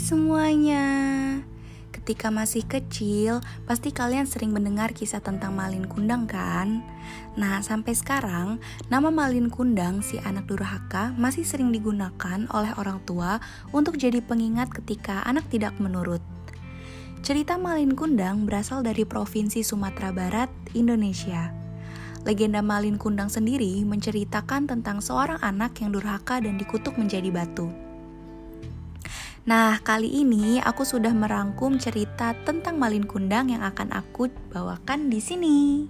semuanya. Ketika masih kecil, pasti kalian sering mendengar kisah tentang Malin Kundang kan? Nah, sampai sekarang, nama Malin Kundang si anak durhaka masih sering digunakan oleh orang tua untuk jadi pengingat ketika anak tidak menurut. Cerita Malin Kundang berasal dari Provinsi Sumatera Barat, Indonesia. Legenda Malin Kundang sendiri menceritakan tentang seorang anak yang durhaka dan dikutuk menjadi batu. Nah, kali ini aku sudah merangkum cerita tentang Malin Kundang yang akan aku bawakan di sini.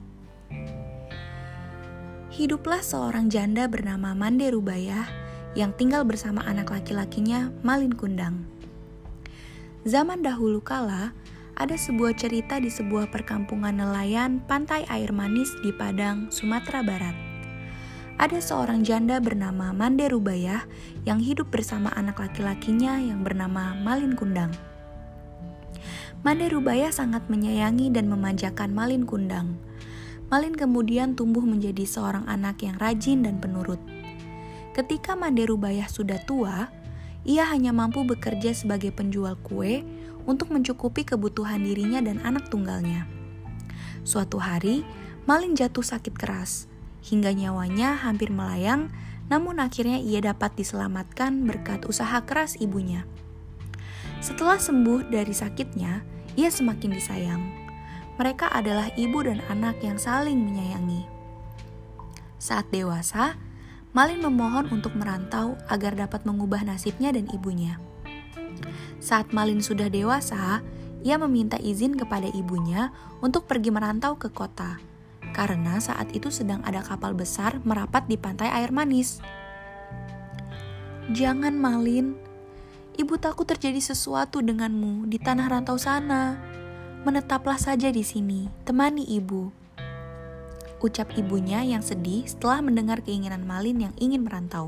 Hiduplah seorang janda bernama Mande Rubayah yang tinggal bersama anak laki-lakinya Malin Kundang. Zaman dahulu kala, ada sebuah cerita di sebuah perkampungan nelayan pantai air manis di Padang, Sumatera Barat. Ada seorang janda bernama Mande Rubayah yang hidup bersama anak laki-lakinya yang bernama Malin Kundang. Mande Rubayah sangat menyayangi dan memanjakan Malin Kundang. Malin kemudian tumbuh menjadi seorang anak yang rajin dan penurut. Ketika Mande Rubayah sudah tua, ia hanya mampu bekerja sebagai penjual kue untuk mencukupi kebutuhan dirinya dan anak tunggalnya. Suatu hari, Malin jatuh sakit keras, hingga nyawanya hampir melayang, namun akhirnya ia dapat diselamatkan berkat usaha keras ibunya. Setelah sembuh dari sakitnya, ia semakin disayang. Mereka adalah ibu dan anak yang saling menyayangi. Saat dewasa, Malin memohon untuk merantau agar dapat mengubah nasibnya dan ibunya. Saat Malin sudah dewasa, ia meminta izin kepada ibunya untuk pergi merantau ke kota, karena saat itu sedang ada kapal besar merapat di pantai air manis. "Jangan, Malin. Ibu takut terjadi sesuatu denganmu di tanah rantau sana. Menetaplah saja di sini, temani ibu," ucap ibunya yang sedih setelah mendengar keinginan Malin yang ingin merantau.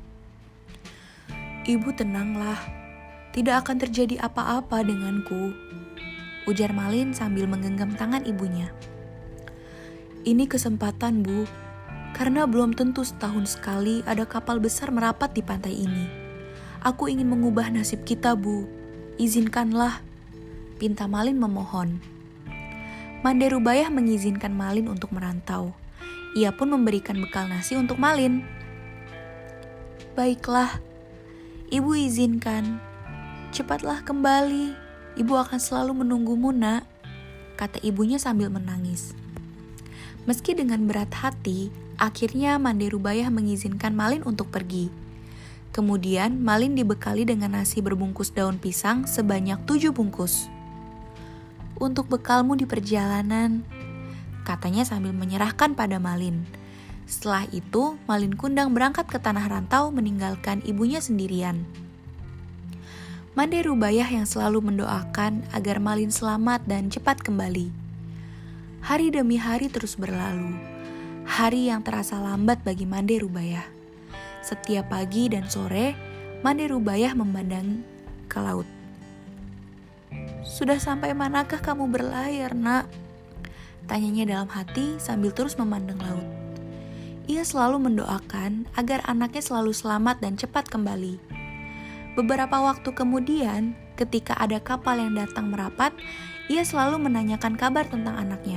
"Ibu tenanglah, tidak akan terjadi apa-apa denganku," ujar Malin sambil menggenggam tangan ibunya. "Ini kesempatan, Bu, karena belum tentu setahun sekali ada kapal besar merapat di pantai ini. Aku ingin mengubah nasib kita, Bu. Izinkanlah," pinta Malin memohon. Mande Rubayah mengizinkan Malin untuk merantau. Ia pun memberikan bekal nasi untuk Malin. "Baiklah, Ibu izinkan. Cepatlah kembali. Ibu akan selalu menunggumu, Nak," kata ibunya sambil menangis. Meski dengan berat hati, akhirnya Mande Rubayah mengizinkan Malin untuk pergi. Kemudian Malin dibekali dengan nasi berbungkus daun pisang sebanyak 7 bungkus. "Untuk bekalmu di perjalanan," katanya sambil menyerahkan pada Malin. Setelah itu, Malin Kundang berangkat ke tanah rantau meninggalkan ibunya sendirian. Mande Rubayah yang selalu mendoakan agar Malin selamat dan cepat kembali. Hari demi hari terus berlalu. Hari yang terasa lambat bagi Mande Rubayah. Setiap pagi dan sore, Mande Rubayah memandang ke laut. "Sudah sampai manakah kamu berlayar, Nak?" tanyanya dalam hati sambil terus memandang laut. Ia selalu mendoakan agar anaknya selalu selamat dan cepat kembali. Beberapa waktu kemudian, ketika ada kapal yang datang merapat, ia selalu menanyakan kabar tentang anaknya.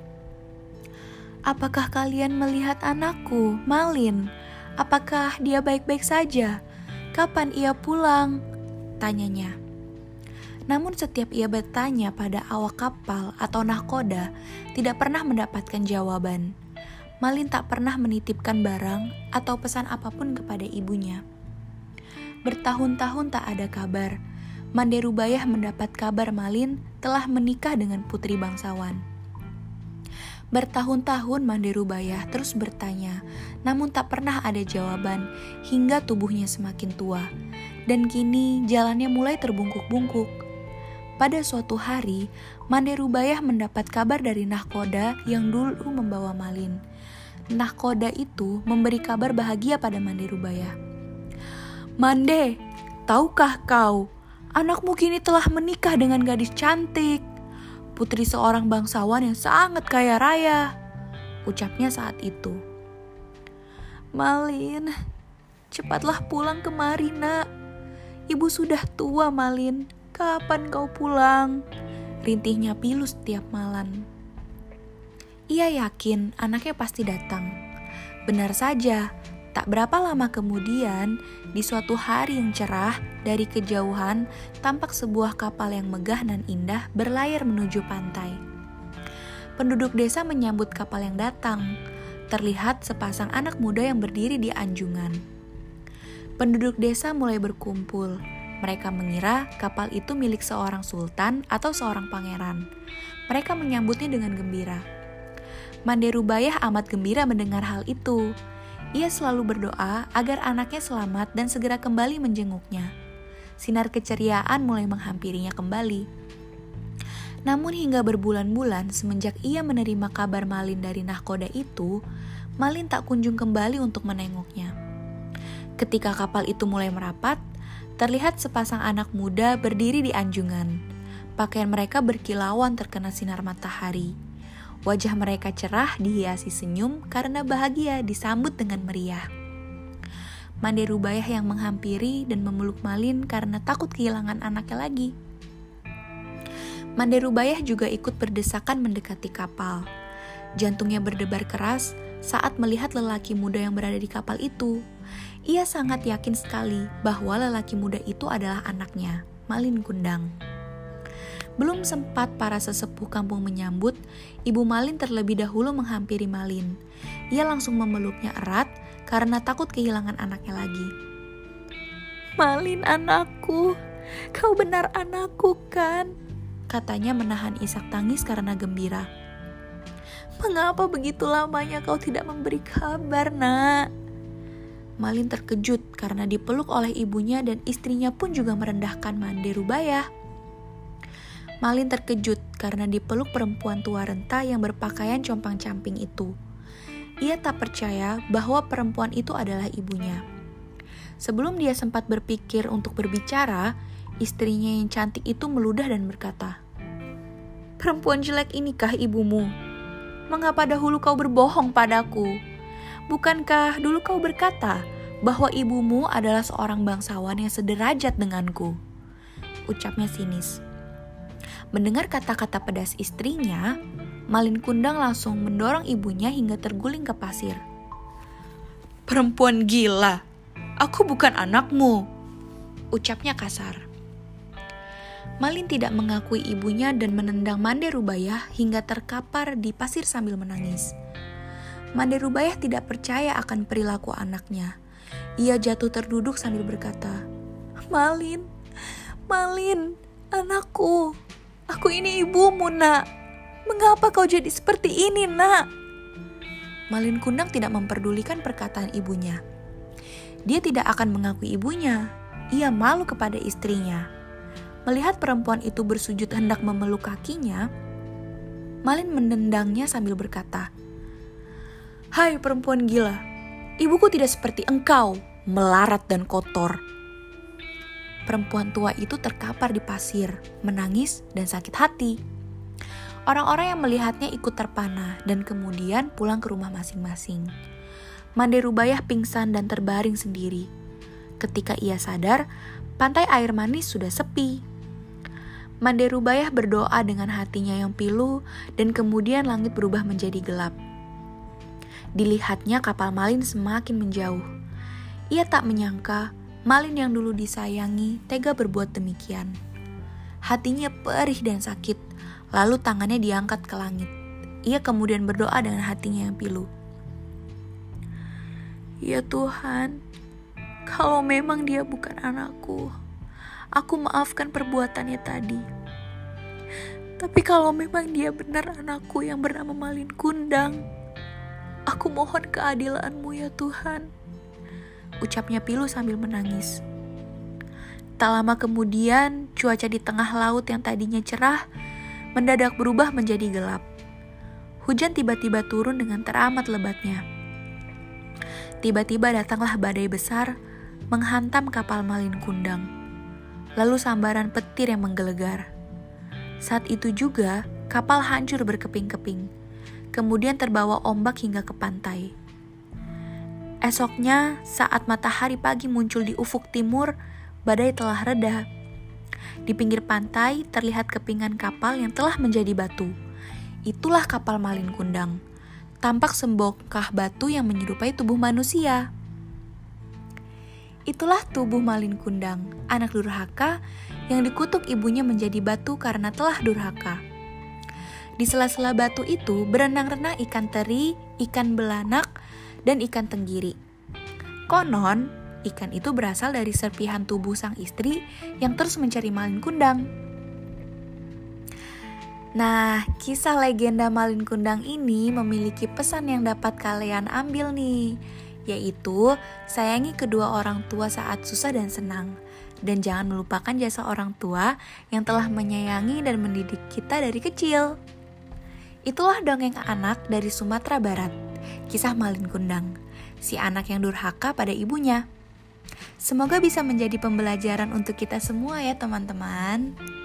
"Apakah kalian melihat anakku, Malin? Apakah dia baik-baik saja? Kapan ia pulang?" tanyanya. Namun setiap ia bertanya pada awak kapal atau nahkoda, tidak pernah mendapatkan jawaban. Malin tak pernah menitipkan barang atau pesan apapun kepada ibunya. Bertahun-tahun tak ada kabar. Mande Rubayah mendapat kabar Malin telah menikah dengan putri bangsawan. Bertahun-tahun Mande Rubayah terus bertanya, namun tak pernah ada jawaban hingga tubuhnya semakin tua. Dan kini jalannya mulai terbungkuk-bungkuk. Pada suatu hari, Mande Rubayah mendapat kabar dari nahkoda yang dulu membawa Malin. Nahkoda itu memberi kabar bahagia pada Mande Rubayah. "Mande, tahukah kau, anakmu kini telah menikah dengan gadis cantik, putri seorang bangsawan yang sangat kaya raya," ucapnya saat itu. "Malin, cepatlah pulang kemari, Nak. Ibu sudah tua, Malin. Kapan kau pulang? Rintihnya Pilu setiap malam. Ia yakin anaknya pasti datang. Benar saja, tak berapa lama kemudian, di suatu hari yang cerah, dari kejauhan tampak sebuah kapal yang megah dan indah berlayar menuju pantai. Penduduk desa menyambut kapal yang datang. Terlihat sepasang anak muda yang berdiri di anjungan. Penduduk desa mulai berkumpul. Mereka mengira kapal itu milik seorang sultan atau seorang pangeran. Mereka menyambutnya dengan gembira. Mande Rubaiyah amat gembira mendengar hal itu. Ia selalu berdoa agar anaknya selamat dan segera kembali menjenguknya. Sinar keceriaan mulai menghampirinya kembali. Namun hingga berbulan-bulan semenjak ia menerima kabar Malin dari nahkoda itu, Malin tak kunjung kembali untuk menengoknya. Ketika kapal itu mulai merapat, terlihat sepasang anak muda berdiri di anjungan. Pakaian mereka berkilauan terkena sinar matahari. Wajah mereka cerah dihiasi senyum karena bahagia disambut dengan meriah. Mande Rubaiyah yang menghampiri dan memeluk Malin karena takut kehilangan anaknya lagi. Mande Rubaiyah juga ikut berdesakan mendekati kapal. Jantungnya berdebar keras saat melihat lelaki muda yang berada di kapal itu. Ia sangat yakin sekali bahwa lelaki muda itu adalah anaknya, Malin Kundang. Belum sempat para sesepuh kampung menyambut, Ibu Malin terlebih dahulu menghampiri Malin. Ia langsung memeluknya erat karena takut kehilangan anaknya lagi. "Malin anakku, kau benar anakku kan?" katanya menahan isak tangis karena gembira. "Mengapa begitu lamanya kau tidak memberi kabar, Nak?" Malin terkejut karena dipeluk oleh ibunya dan istrinya pun juga merendahkan Mande Rubaiyah. Malin terkejut karena dipeluk perempuan tua renta yang berpakaian compang-camping itu. Ia tak percaya bahwa perempuan itu adalah ibunya. Sebelum dia sempat berpikir untuk berbicara, istrinya yang cantik itu meludah dan berkata, "Perempuan jelek inikah ibumu? Mengapa dahulu kau berbohong padaku? Bukankah dulu kau berkata bahwa ibumu adalah seorang bangsawan yang sederajat denganku?" Ucapnya sinis. Mendengar kata-kata pedas istrinya, Malin Kundang langsung mendorong ibunya hingga terguling ke pasir. "Perempuan gila, aku bukan anakmu," ucapnya kasar. Malin tidak mengakui ibunya dan menendang Mande Rubaiyah hingga terkapar di pasir sambil menangis. Mande Rubaiyah tidak percaya akan perilaku anaknya. Ia jatuh terduduk sambil berkata, "Malin, Malin, anakku, aku ini ibumu, Nak. Mengapa kau jadi seperti ini, Nak?" Malin Kundang tidak memperdulikan perkataan ibunya. Dia tidak akan mengakui ibunya. Ia malu kepada istrinya. Melihat perempuan itu bersujud hendak memeluk kakinya, Malin menendangnya sambil berkata, "Hai perempuan gila, ibuku tidak seperti engkau, melarat dan kotor." Perempuan tua itu terkapar di pasir, menangis dan sakit hati. Orang-orang yang melihatnya ikut terpana dan kemudian pulang ke rumah masing-masing. Mande Rubaiyah pingsan dan terbaring sendiri. Ketika ia sadar, pantai air manis sudah sepi. Mande Rubaiyah berdoa dengan hatinya yang pilu dan kemudian langit berubah menjadi gelap. Dilihatnya kapal Malin semakin menjauh. Ia tak menyangka Malin yang dulu disayangi tega berbuat demikian. Hatinya perih dan sakit, lalu tangannya diangkat ke langit. Ia kemudian berdoa dengan hatinya yang pilu. "Ya Tuhan, kalau memang dia bukan anakku, aku maafkan perbuatannya tadi. Tapi kalau memang dia benar anakku yang bernama Malin Kundang, aku mohon keadilan-Mu ya Tuhan," ucapnya pilu sambil menangis. Tak lama kemudian, cuaca di tengah laut yang tadinya cerah mendadak berubah menjadi gelap. Hujan tiba-tiba turun dengan teramat lebatnya. Tiba-tiba datanglah badai besar menghantam kapal Malin Kundang. Lalu sambaran petir yang menggelegar. Saat itu juga kapal hancur berkeping-keping, kemudian terbawa ombak hingga ke pantai. Esoknya, saat matahari pagi muncul di ufuk timur, badai telah reda. Di pinggir pantai terlihat kepingan kapal yang telah menjadi batu. Itulah kapal Malin Kundang. Tampak sembongkah batu yang menyerupai tubuh manusia. Itulah tubuh Malin Kundang, anak durhaka yang dikutuk ibunya menjadi batu karena telah durhaka. Di sela-sela batu itu berenang-renang ikan teri, ikan belanak, dan ikan tenggiri. Konon, ikan itu berasal dari serpihan tubuh sang istri yang terus mencari Malin Kundang. Nah, kisah legenda Malin Kundang ini memiliki pesan yang dapat kalian ambil nih, yaitu sayangi kedua orang tua saat susah dan senang. Dan jangan melupakan jasa orang tua yang telah menyayangi dan mendidik kita dari kecil. Itulah dongeng anak dari Sumatera Barat, kisah Malin Kundang, si anak yang durhaka pada ibunya. Semoga bisa menjadi pembelajaran untuk kita semua ya teman-teman.